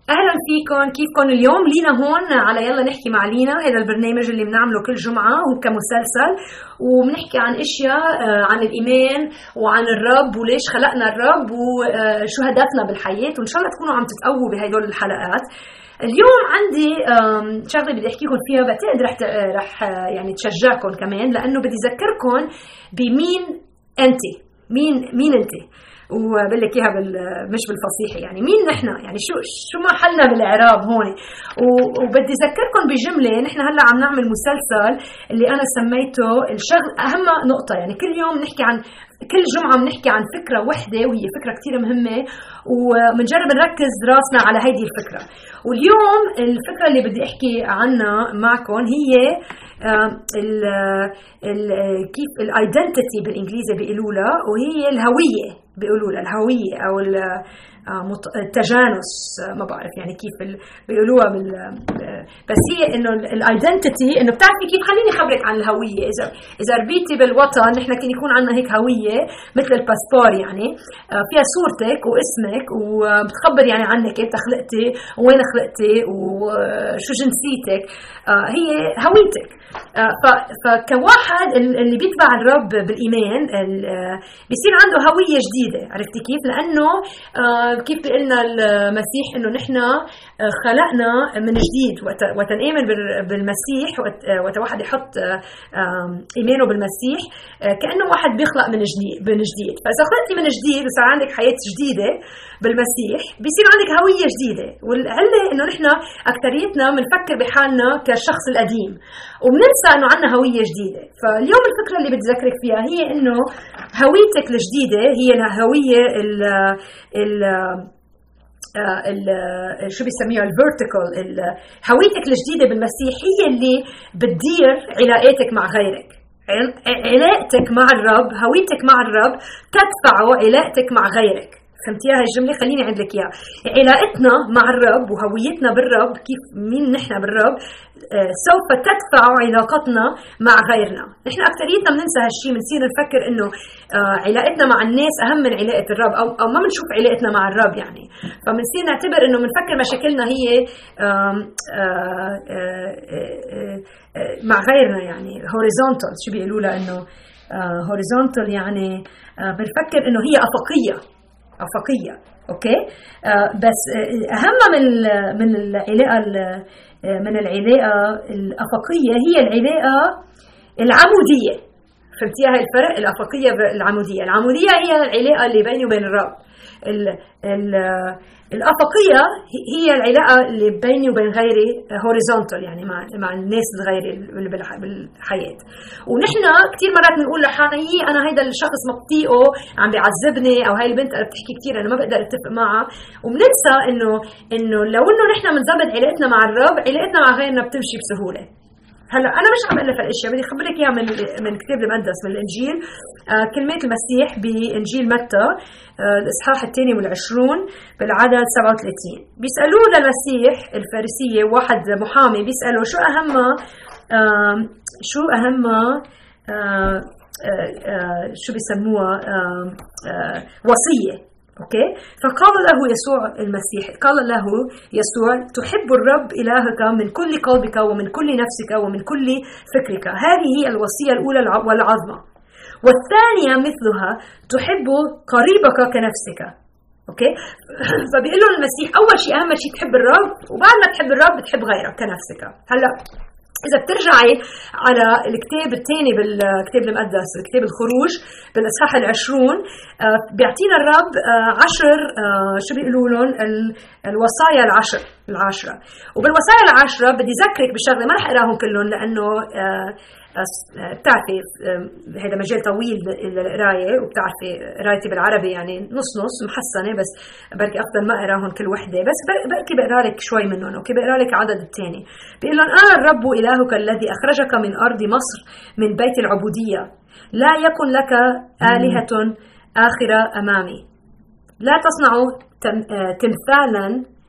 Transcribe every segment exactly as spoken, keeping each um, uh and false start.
اهلا فيكم، كيفكم اليوم؟ لينا هون على يلا نحكي مع لينا. هذا البرنامج اللي بنعمله كل جمعه هو كمسلسل، وبنحكي عن اشياء عن الايمان وعن الرب وليش خلقنا الرب وشو هدفنا بالحياه، وان شاء الله تكونوا عم تتقووا بهدول الحلقات. اليوم عندي شغله بدي احكي لكم فيها، بعتقد رح رح يعني تشجعكم كمان، لانه بدي اذكركم بمين انت، مين مين انت، وبقول لك اياها بال مش بالفصيح، يعني مين نحن، يعني شو شو محلنا بالاعراب هون. وبدي اذكركم بجمله، نحن هلا عم نعمل مسلسل اللي انا سميته الشغل اهم نقطه، يعني كل يوم نحكي عن، كل جمعه بنحكي عن فكره وحده، وهي فكره كثير مهمه، وبنجرب نركز راسنا على هيدي الفكره. واليوم الفكره اللي بدي احكي عنها معكم هي ال ال كيف الايدنتيتي بالانجليزي بيقولوا لها، وهي الهويه، بيقولوا لها الهويه او التجانس، ما بعرف يعني كيف بيقولوها بال، بس هي انه الايدنتيتي، انه بتعرفي كيف، خليني اخبرك عن الهويه. اذا اذا ربيتي بالوطن، نحن كان يكون عندنا هيك هويه مثل الباسبور، يعني فيها صورتك واسمك، وبتخبر يعني عنك كيف خلقتي، وين خلقتي، وشو جنسيتك، هي هويتك. فكواحد اللي بيتبع الرب بالإيمان بيصير عنده هوية جديدة، عرفتي كيف؟ لأنه كيف بيقلنا المسيح إنه نحن خلقنا من جديد، وتنآمن بالمسيح، وتواحد يحط إيمانه بالمسيح كأنه واحد بيخلق من جديد من جديد. فإذا خلقتي من جديد وصار عندك حياة جديدة بالمسيح، بيصير عندك هوية جديدة. والعلة إنه نحن أكتريتنا بنفكر بحالنا كالشخص القديم، وبننسى إنه عنا هوية جديدة. فاليوم الفكرة اللي بدي أذكرك فيها هي إنه هويتك الجديدة هي الهوية ال ال ال شو بيسميها الفيرتيكال، هويتك الجديدة بالمسيح هي اللي بتدير علاقاتك مع غيرك. علاقتك مع الرب، هويتك مع الرب تدفع علاقتك مع غيرك. فهمتيها هاي الجملة؟ خليني أعيد لك إياها. علاقتنا مع الرب وهويتنا بالرب، كيف مين نحن بالرب، آه سوف تدفع علاقتنا مع غيرنا. نحن أكثريتنا بننسى هالشيء، بنصير نفكر إنه آه علاقتنا مع الناس أهم من علاقة الرب، أو أو ما بنشوف علاقتنا مع الرب يعني. فبنصير نعتبر إنه بنفكر مشاكلنا هي آه آه آه آه آه مع غيرنا، يعني horizontal، شو بيقولوا لها، إنه آه horizontal، يعني آه بنفكر إنه هي أفقية أفقية. أوكي، آه بس آه أهم من من العلاقة من العلاقة الأفقية هي العلاقة العمودية. فهمتيها هاي الفرق؟ الأفقية بالعمودية. العمودية هي العلاقة اللي بيني وبين الرب. ال ال الأفقية هي العلاقة اللي بيني وبين غيري horizontal، يعني مع مع الناس الغيري اللي بالحياة. ونحن كتير مرات بنقول لحالنا أنا هيدا الشخص مبطيئه عم بيعذبني، أو هاي البنت بتحكي كتير أنا ما بقدر أتفق معها، وبننسى إنه إنه لو إنه نحن بنظبط علاقتنا مع الرب، علاقتنا مع غيرنا بتمشي بسهولة. هلا انا مش عم الف هالاشياء، بدي اخبرك اياها من من كتاب المقدس، من الانجيل. آه كلمات المسيح بانجيل متى آه الاصحاح الثاني والعشرون بالعدد سبعة وثلاثين. بيسالوه للمسيح الفارسيه، واحد محامي بيساله شو اهم آه شو اهم آه آه آه شو بيسموها آه آه وصيه. أوكي، فقال له يسوع المسيح، قال له يسوع تحب الرب إلهك من كل قلبك ومن كل نفسك ومن كل فكرك، هذه هي الوصية الأولى والعظمى، والثانية مثلها تحب قريبك كنفسك. أوكي، فبيقول له المسيح أول شيء أهم شيء تحب الرب، وبعد ما تحب الرب بتحب غيرك كنفسك. هلأ إذا بترجعي على الكتاب الثاني بالكتاب المقدس، كتاب الخروج بالإصحاح العشرون، بيعطينا الرب عشر شو بيقولوا لهم الوصايا العشر العشرة. وبالوصايا العشرة بدي ذكرك بشغلة، ما رح أقراهم كلهم لأنه بتعرفي هذا مجال طويل للقراية، وبتعرفي قرايتي بالعربي يعني نص نص محسنة، بس بركي أفضل ما أقراهم كل وحدة، بس بركي بقرا لك شوي منهم. أوكي، بقرا لك عدد الثاني. بيقول لهم أنا الرب إلهك الذي أخرجك من أرض مصر من بيت العبودية، لا يكن لك آلهة آخرة أمامي، لا تصنعوا تمثالا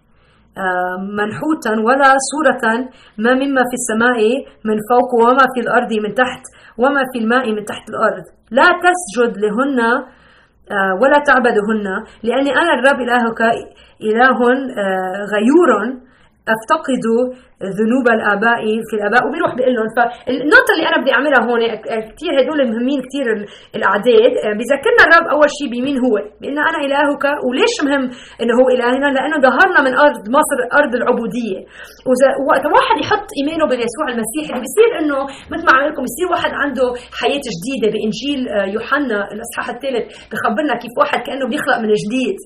منحوتا ولا صورة ما مما في السماء من فوق وما في الأرض من تحت وما في الماء من تحت الأرض، لا تسجد لهن ولا تعبدهن لأني أنا الرب إلهك إله غيور أفتقد ذنوب الآباء في الآباء. وبيروح بيقول لهم. فالنقطة اللي أنا بدي أعملها هون كتير هدول مهمين كتير الأعداد. بيذكرنا الرب أول شيء بمين هو، بأن أنا إلهك. وليش مهم إنه هو إلهنا؟ لأنه ظهرنا من أرض مصر أرض العبودية. ووقت واحد يحط إيمانه بيسوع المسيح بيصير إنه مثل ما عم لكم يصير واحد عنده حياة جديدة. بإنجيل يوحنا الإصحاح الثالث بخبرنا كيف واحد كأنه بيخلق من جديد.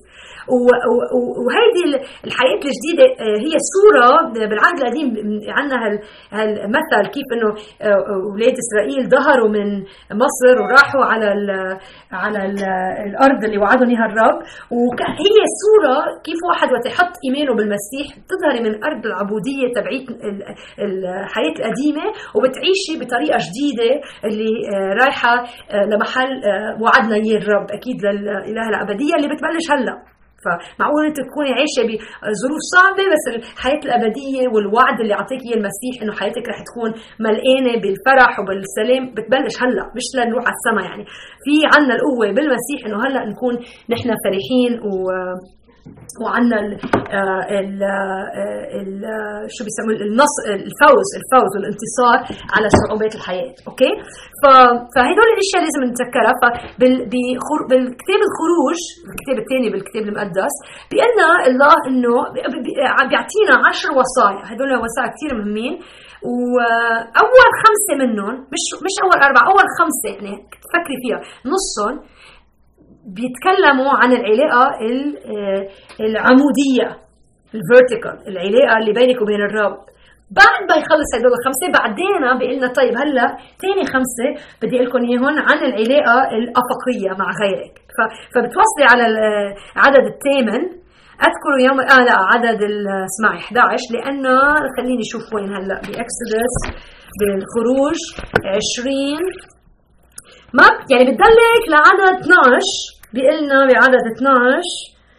وهيدي الحياة الجديدة هي صورة بالعهد القديم. عنا هالمثل كيف انه اولاد اسرائيل ظهروا من مصر وراحوا على ال على ال الارض اللي وعدهم اياها الرب. وهي صورة كيف واحد وقت يحط ايمانه بالمسيح بتظهري من ارض العبودية تبعيت الحياة القديمة وبتعيشي بطريقة جديدة اللي رايحة لمحل وعدنا اياه الرب اكيد للاله الابدية اللي بتبلش هلا. فمعقول انت تكوني عايشه بظروف صعبه بس الحياه الابديه والوعد اللي عطيك اياه المسيح انه حياتك رح تكون ملقانه بالفرح وبالسلام بتبلش هلا، مش لنروح على السما. يعني في عنا القوه بالمسيح انه هلا نكون نحن فرحين و وعنا ال ال ال شو بيسموه النصر الفوز الفوز والانتصار على صعوبات الحياة. اوكي فهدول الاشياء لازم نتذكرها. فبالكتاب الخروج الكتاب الثاني بالكتاب المقدس بيقولنا الله انه بيعطينا عشر وصايا. هدول وصايا كثير مهمين واول خمسة منهم مش مش اول اربعة اول خمسة يعني تفكري فيها نصهم بيتكلموا عن العلاقة العمودية الفيرتيكال العلاقة اللي بينك وبين الرب. بعد ما يخلص هدول الخمسة بعدين بيقلنا طيب هلا تاني خمسة بدي لكم اياهم عن العلاقة الأفقية مع غيرك. فبتوصلي على العدد الثامن اذكر يوم اه لا عدد اسمعي احد عشر لانه خليني اشوف وين هلا باكسودس بالخروج عشرين ما يعني بتدلك لعدد اثناشر. بيقلنا بعدد اثناشر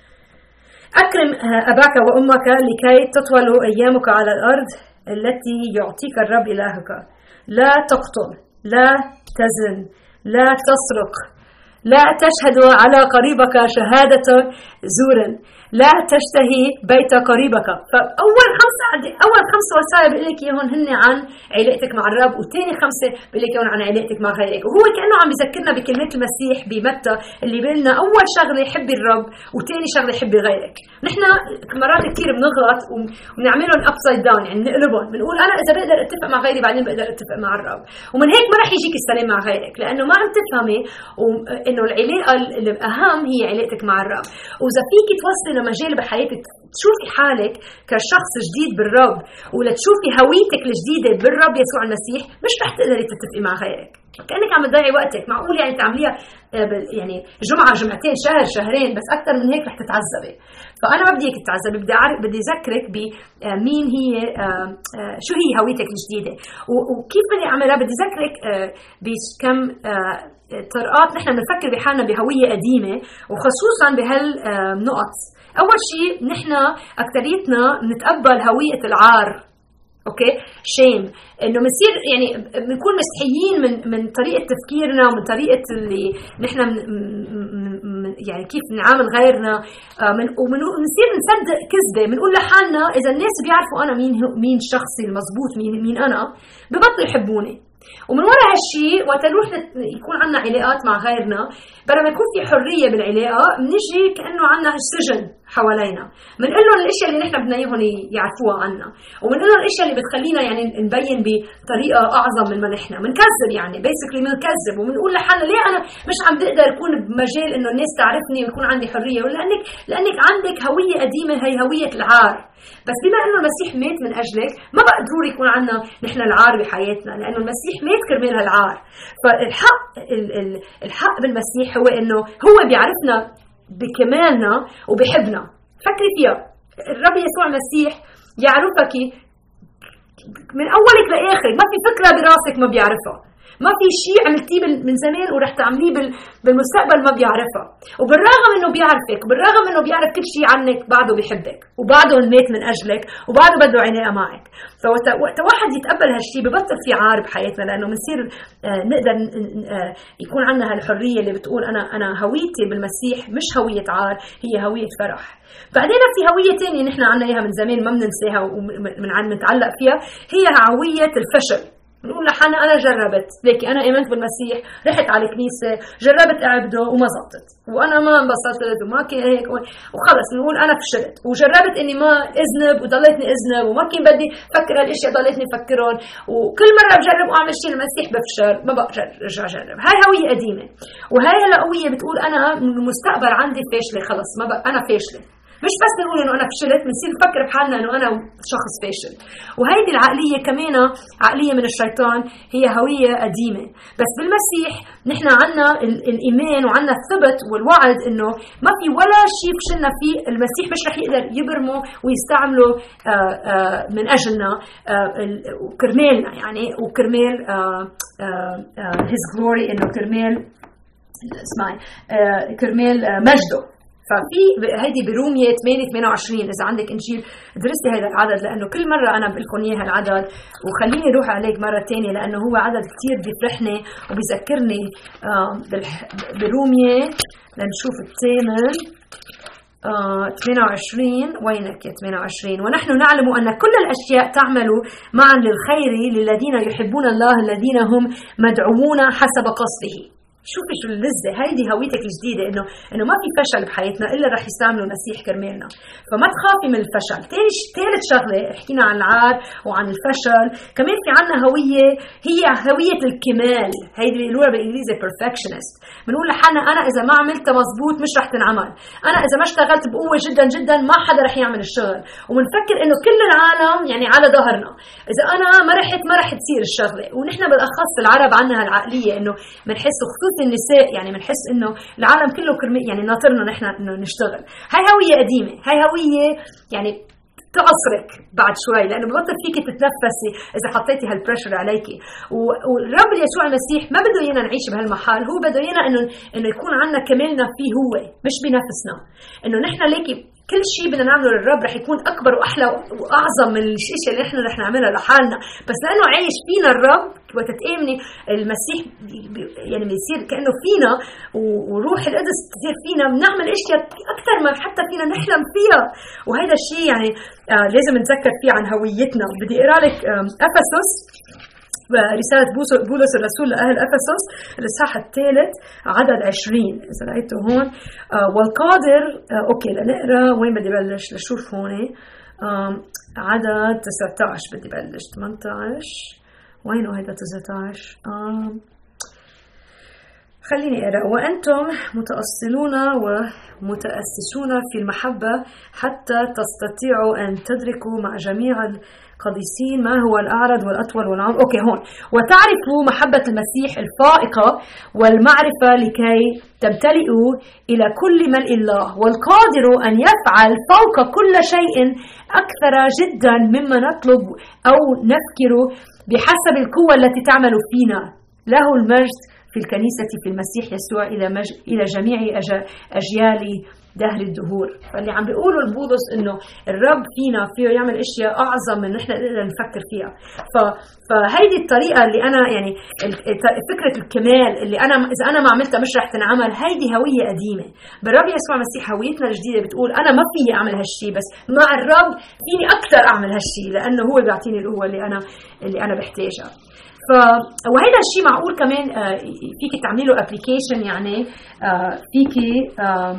أكرم أباك وأمك لكي تطول أيامك على الأرض التي يعطيك الرب إلهك. لا تقتل، لا تزن، لا تسرق، لا تشهد على قريبك شهادة زور، لا تشتهي بيت قريبك. فأول خمسة أول خمسة وصايا بيقول لك إياهم هن عن علاقتك مع الرب وثاني خمسة بيقول لك إياهم عن علاقتك مع غيرك. وهو كأنه عم بيذكرنا بكلمات المسيح بمتى اللي بيقولنا أول شغلة حبي الرب وثاني شغلة حبي غيرك. نحن مرات كثير بنغلط ونعملهم أبسايد داون يعني نقلبهم بنقول أنا إذا بقدر أتفق مع غيري بعدين بقدر أتفق مع الرب ومن هيك ما رح يجيك السلام مع غيرك لأنه ما عم تفهمي إنه العلاقة الأهم هي علاقتك مع الرب. وإذا فيك توصلي لمجال بحياتك تشوفي حالك كشخص جديد بالرب ولا تشوفي هويتك الجديدة بالرب يسوع المسيح مش رح تقدري تتفقي مع غيرك. كأنك عم تضيعي وقتك. معقول يعني تعمليها يعني جمعة جمعتين شهر شهرين بس أكثر من هيك رح تتعذبي. فأنا ما بدي هيك تتعذبي. بدي أعرف بدي أذكرك بمين هي شو هي هويتك الجديدة وكيف بدي أعملها. بدي أذكرك بكم طرقات نحن بنفكر بحالنا بهوية قديمة وخصوصا بهالنقط. أول شيء نحن أكتريتنا نتقبل هوية العار. أوكي شيم إنه بنصير يعني بنكون مستحيين من من طريقة تفكيرنا ومن طريقة اللي نحن من من يعني كيف نعامل غيرنا من وبنصير نصدق كذبة. بنقول لحالنا إذا الناس بيعرفوا أنا مين مين شخصي المضبوط مين مين أنا ببطلوا يحبوني. ومن وراء هالشيء وقت نروح يكون عنا علاقات مع غيرنا بدل ما يكون في حرية بالعلاقة بنجي كأنه عنا السجن حوالينا. بنقول لهم الاشياء اللي نحن بدنا اياهم يعرفوها عنا وبنقول لهم الاشياء اللي بتخلينا يعني نبين بطريقة اعظم من ما نحن بنكذب. يعني بيسكلي بنكذب وبنقول لحالنا ليه انا مش عم بقدر اكون بمجال انه الناس تعرفني ويكون عندي حرية ولانك لانك عندك هوية قديمة هي هوية العار. بس بما انه المسيح مات من اجلك ما بقى ضروري يكون عنا نحن العار بحياتنا لانه المسيح مات كرمال هالعار. فالحق الحق بالمسيح هو انه هو بيعرفنا بكمالنا وبيحبنا. فكري فيها الرب يسوع المسيح يعرفك من اولك لاخرك ما في فكرة براسك ما بيعرفها. ما في شيء عملتيه من زمان ورح تعمليه بالمستقبل ما بيعرفها. وبالرغم انه بيعرفك وبالرغم انه بيعرف كل شيء عنك بعده بيحبك وبعده مات من اجلك وبعده بده علاقه معك. فوقت واحد يتقبل هالشيء ببطل في عار بحياتنا، لانه بنصير آه نقدر آه يكون عندنا هالحريه اللي بتقول انا انا هويتي بالمسيح مش هويه عار، هي هويه فرح. بعدين في هويه ثانيه نحن عندنا اياها من زمان ما بننساها ومنتعلق فيها، هي هويه الفشل. بنقول لحنا أنا جربت، ليكي أنا آمنت بالمسيح، رحت على الكنيسة، جربت أعبده وما زبطت، وأنا ما انبسطت وما كان هيك وخلص بنقول أنا فشلت، وجربت إني ما أذنب وضليتني أذنب وما كان بدي فكر هالأشياء ضليتني فكرهم، وكل مرة بجرب وأعمل شيء المسيح بفشل، ما بقدر أرجع أجرب. هاي هوية قديمة، وهاي هلا هوية بتقول أنا من المستقبل عندي فاشلة، خلص ما بقى أنا فاشلة. مش بس نقول انه انا فشلت، بنصير نفكر بحالنا انه انا شخص فاشل، وهيدي العقليه كمان عقليه من الشيطان، هي هويه قديمه. بس بالمسيح نحن عنا الايمان وعنا الثبت والوعد انه ما في ولا شيء فشلنا فيه المسيح مش رح يقدر يبرمه ويستعمله آآ آآ من اجلنا وكرمالنا، يعني وكرمال his glory، انه كرمال اسمعي كرمال مجده. ففي هيدي برومية ثمانية ثمانية وعشرين إذا عندك إنجيل درستي هذا العدد، لأنه كل مرة أنا بقول لكم إياها العدد، وخليني روح عليك مرة تانية لأنه هو عدد كتير بيفرحني وبيذكرني برومية. لنشوف الثامن ثمانية وعشرين، وينك يا ثمانية وعشرين؟ ونحن نعلم أن كل الأشياء تعمل معا للخير للذين يحبون الله الذين هم مدعوون حسب قصده. شوفي شو اللذة، هيدي هويتك الجديدة، انه انه ما في فشل بحياتنا الا رح يستعملوا المسيح كرمالنا، فما تخافي من الفشل. ثاني ثالث شغلة حكينا عن العار وعن الفشل، كمان في عنا هوية هي هوية الكمال، هيدي بيقولوها بالانجليزي perfectionist. بنقول لحالنا انا اذا ما عملتها مزبوط مش رح تنعمل، انا اذا ما اشتغلت بقوة جدا جدا ما حدا رح يعمل الشغل، وبنفكر انه كل العالم يعني على ظهرنا، اذا انا ما رحت ما رح تصير الشغلة. ونحن بالاخص العرب عنا هالعقلية انه بنحس النساء يعني بنحس انه العالم كله كرمي يعني ناطرنا نحن انه نشتغل. هاي هويه قديمه، هاي هويه يعني تعصرك بعد شوي، لانه ببطل فيك تتنفسي اذا حطيتي هالبريشر عليكي. والرب يسوع المسيح ما بده ايانا نعيش بهالمحل، هو بده ايانا انه انه يكون عندنا كمالنا فيه هو مش بنفسنا، انه نحن ليكي كل شيء بدنا نعمله للرب رح يكون اكبر واحلى واعظم من الشيء اللي احنا رح نعملها لحالنا، بس لانه عايش فينا الرب وتتامني المسيح يعني بيصير كانه فينا، وروح القدس تصير فينا، بنعمل اشياء اكثر ما حتى فينا نحلم فيها. وهذا الشيء يعني آه لازم نتذكر فيه عن هويتنا. بدي اقرا لك آه افسس، رسالة بولس الرسول لأهل أفسس الإصحاح الثالث عدد عشرين إذا لقيته هون. آه والقادر آه أوكي لنقرأ وين بدي بلش لشوف هون. آه عدد تسعة عشر بدي بلش ثمانية عشر، وينه هيدا تسعة عشر؟ آه خليني أقرأ. وأنتم متأصلون ومتأسسون في المحبة حتى تستطيعوا أن تدركوا مع جميع القديسين ما هو الأعرض والأطول والعمق. أوكي هون. وتعرفوا محبة المسيح الفائقة والمعرفة لكي تمتلئوا إلى كل ملء الله، والقادر أن يفعل فوق كل شيء أكثر جدا مما نطلب أو نفكر بحسب القوة التي تعمل فينا. له المجد في الكنيسة في المسيح يسوع إلى مج... إلى جميع أج... أجيال دهر الدهور. فاللي عم بيقولوا البولس إنه الرب فينا فيه يعمل أشياء أعظم من نحن نقدر نفكر فيها. ف... فهيدي الطريقة اللي أنا يعني فكرة الكمال اللي أنا إذا أنا ما عملتها مش رح تنعمل، هيدي هوية قديمة. بالرب يسوع المسيح هويتنا الجديدة بتقول أنا ما فيي أعمل هالشيء، بس مع الرب فيني أكثر أعمل هالشيء، لأنه هو بيعطيني القوة اللي أنا اللي أنا بحتاجها. ف وهذا الشيء معقول كمان آه فيك تعملي له ابلكيشن، يعني آه فيك آه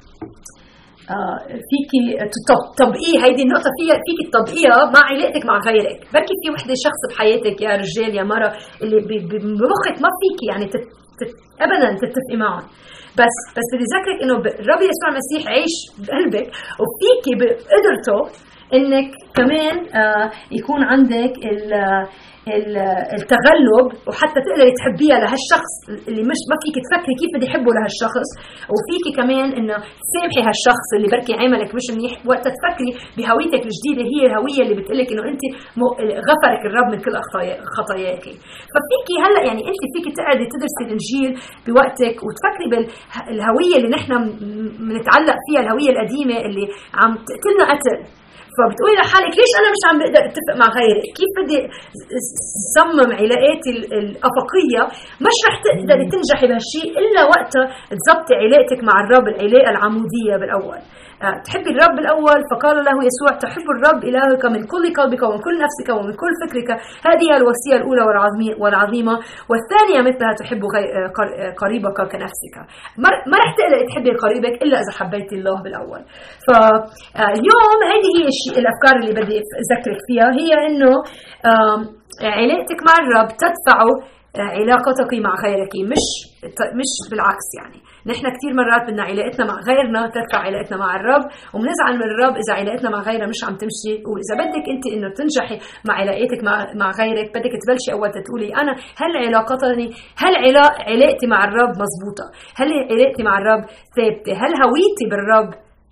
آه فيك تطبقيه. هيدي النقطه فيها فيك تطبقيها مع علاقتك مع غيرك. بركي في وحده شخص بحياتك يا رجال يا مرة اللي بمخك ما فيك يعني تت... تت... ابدا تتفقي معهم، بس بس بدي ذكرك انه الرب يسوع المسيح عايش بقلبك، وفيك بقدرته انك كمان آه يكون عندك ال التغلب وحتى تقدري تحبيها لهالشخص اللي مش ما فيك تفكري كيف بدي احبه لهالشخص، وفيكي كمان انه تسامحي هالشخص اللي بركي عملك مش منيح، وقت تفكري بهويتك الجديده هي الهويه اللي بتقلك انه انت غفرك الرب من كل خطاياك. ففيكي هلا يعني انت فيكي تقعدي تدرسي الانجيل بوقتك وتفكري بالهويه اللي نحن بنتعلق فيها، الهويه القديمه اللي عم تقتلنا قتل. فبتقولي لحالك ليش أنا مش عم بقدر اتفق مع غيري؟ كيف بدي صمم علاقاتي الأفقية؟ مش رح تقدري تنجحي بهالشيء إلا وقتها تزبطي علاقتك مع الرب، العلاقة العمودية بالأول. تحبي الرب الأول، فقال له يسوع تحب الرب إلهك من كل قلبك ومن كل نفسك ومن كل فكرك، هذه الوصية الأولى والعظيمة، والثانية مثلها تحب قريبك كنفسك. ما رح تقدري تحبي قريبك إلا إذا حبيتي الله بالأول. فاليوم هذه هي الأفكار اللي بدي أذكرك فيها، هي إنه علاقتك مع الرب تدفع علاقتك مع غيرك، مش مش بالعكس. يعني نحن كتير مرات بدنا علاقتنا مع غيرنا تدفع علاقتنا مع الرب، وبنزعل من الرب إذا علاقتنا مع غيرنا مش عم تمشي. وإذا بدك أنت إنه تنجحي مع علاقتك مع مع غيرك، بدك تبلشي أول تقولي أنا هل علاقتني هل علاقتي مع الرب مزبوطة؟ هل علاقتي مع الرب ثابتة؟ هل هويتي بالرب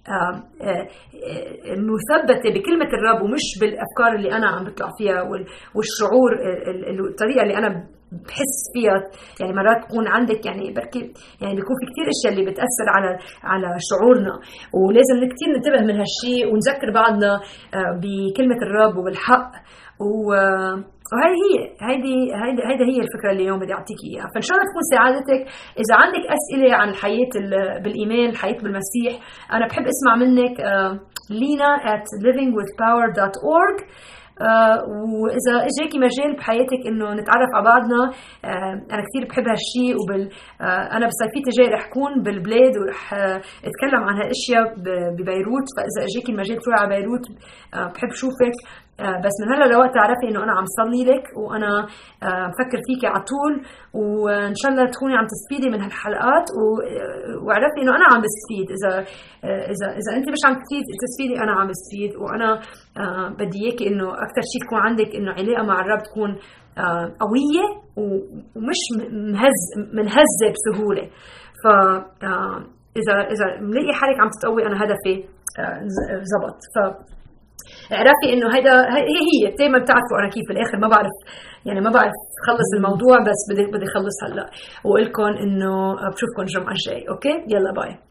مثبتة بكلمة الرب ومش بالأفكار اللي أنا عم بطلع فيها والشعور الطريقة اللي أنا بحس فيها؟ يعني مرات تكون عندك يعني بركي يعني بيكون في كتير اشياء اللي بتاثر على على شعورنا، ولازم كتير ننتبه من هالشيء ونذكر بعضنا بكلمه الرب وبالحق. وهي هي هيدي هيدي هيدا هي الفكره اللي اليوم بدي اعطيك اياها. فان شاء الله تكون سعادتك. اذا عندك اسئله عن الحياه بالايمان، الحياه بالمسيح، انا بحب اسمع منك لينا at living with power dot org. آه وإذا إجاكي مجال بحياتك إنه نتعرف على بعضنا، آه أنا كثير بحب هالشيء. وبال آه أنا بصيفيتي جاي رح كون بالبلاد ورح آه أتكلم عن هالأشياء ببيروت. فإذا إجاكي المجال تروحي على بيروت آه بحب شوفك. آه بس من هلا لوقت تعرفي إنه أنا عم صلي لك وأنا آه بفكر فيكي على طول، وإن شاء الله تكوني عم تستفيدي من هالحلقات وعرفي إنه أنا عم بستفيد. إذا آه إذا إذا أنت مش عم تستفيدي أنا عم بستفيد. وأنا آه بدي إياكي إنه أكثر شيء تكون عندك إنه علاقة مع الرب تكون آه قوية ومش مهز منهزة بسهولة. ف آه إذا إذا ملاقي حالك عم تتقوي أنا هدفي آه زبط. ف اعرفي انه هيدا هي هي دايما بتعرفوا انا كيف بالاخر ما بعرف يعني ما بعرف خلص الموضوع، بس بدي بدي اخلص هلا واقول لكم انه بشوفكم الجمعه الجاي. اوكي يلا باي.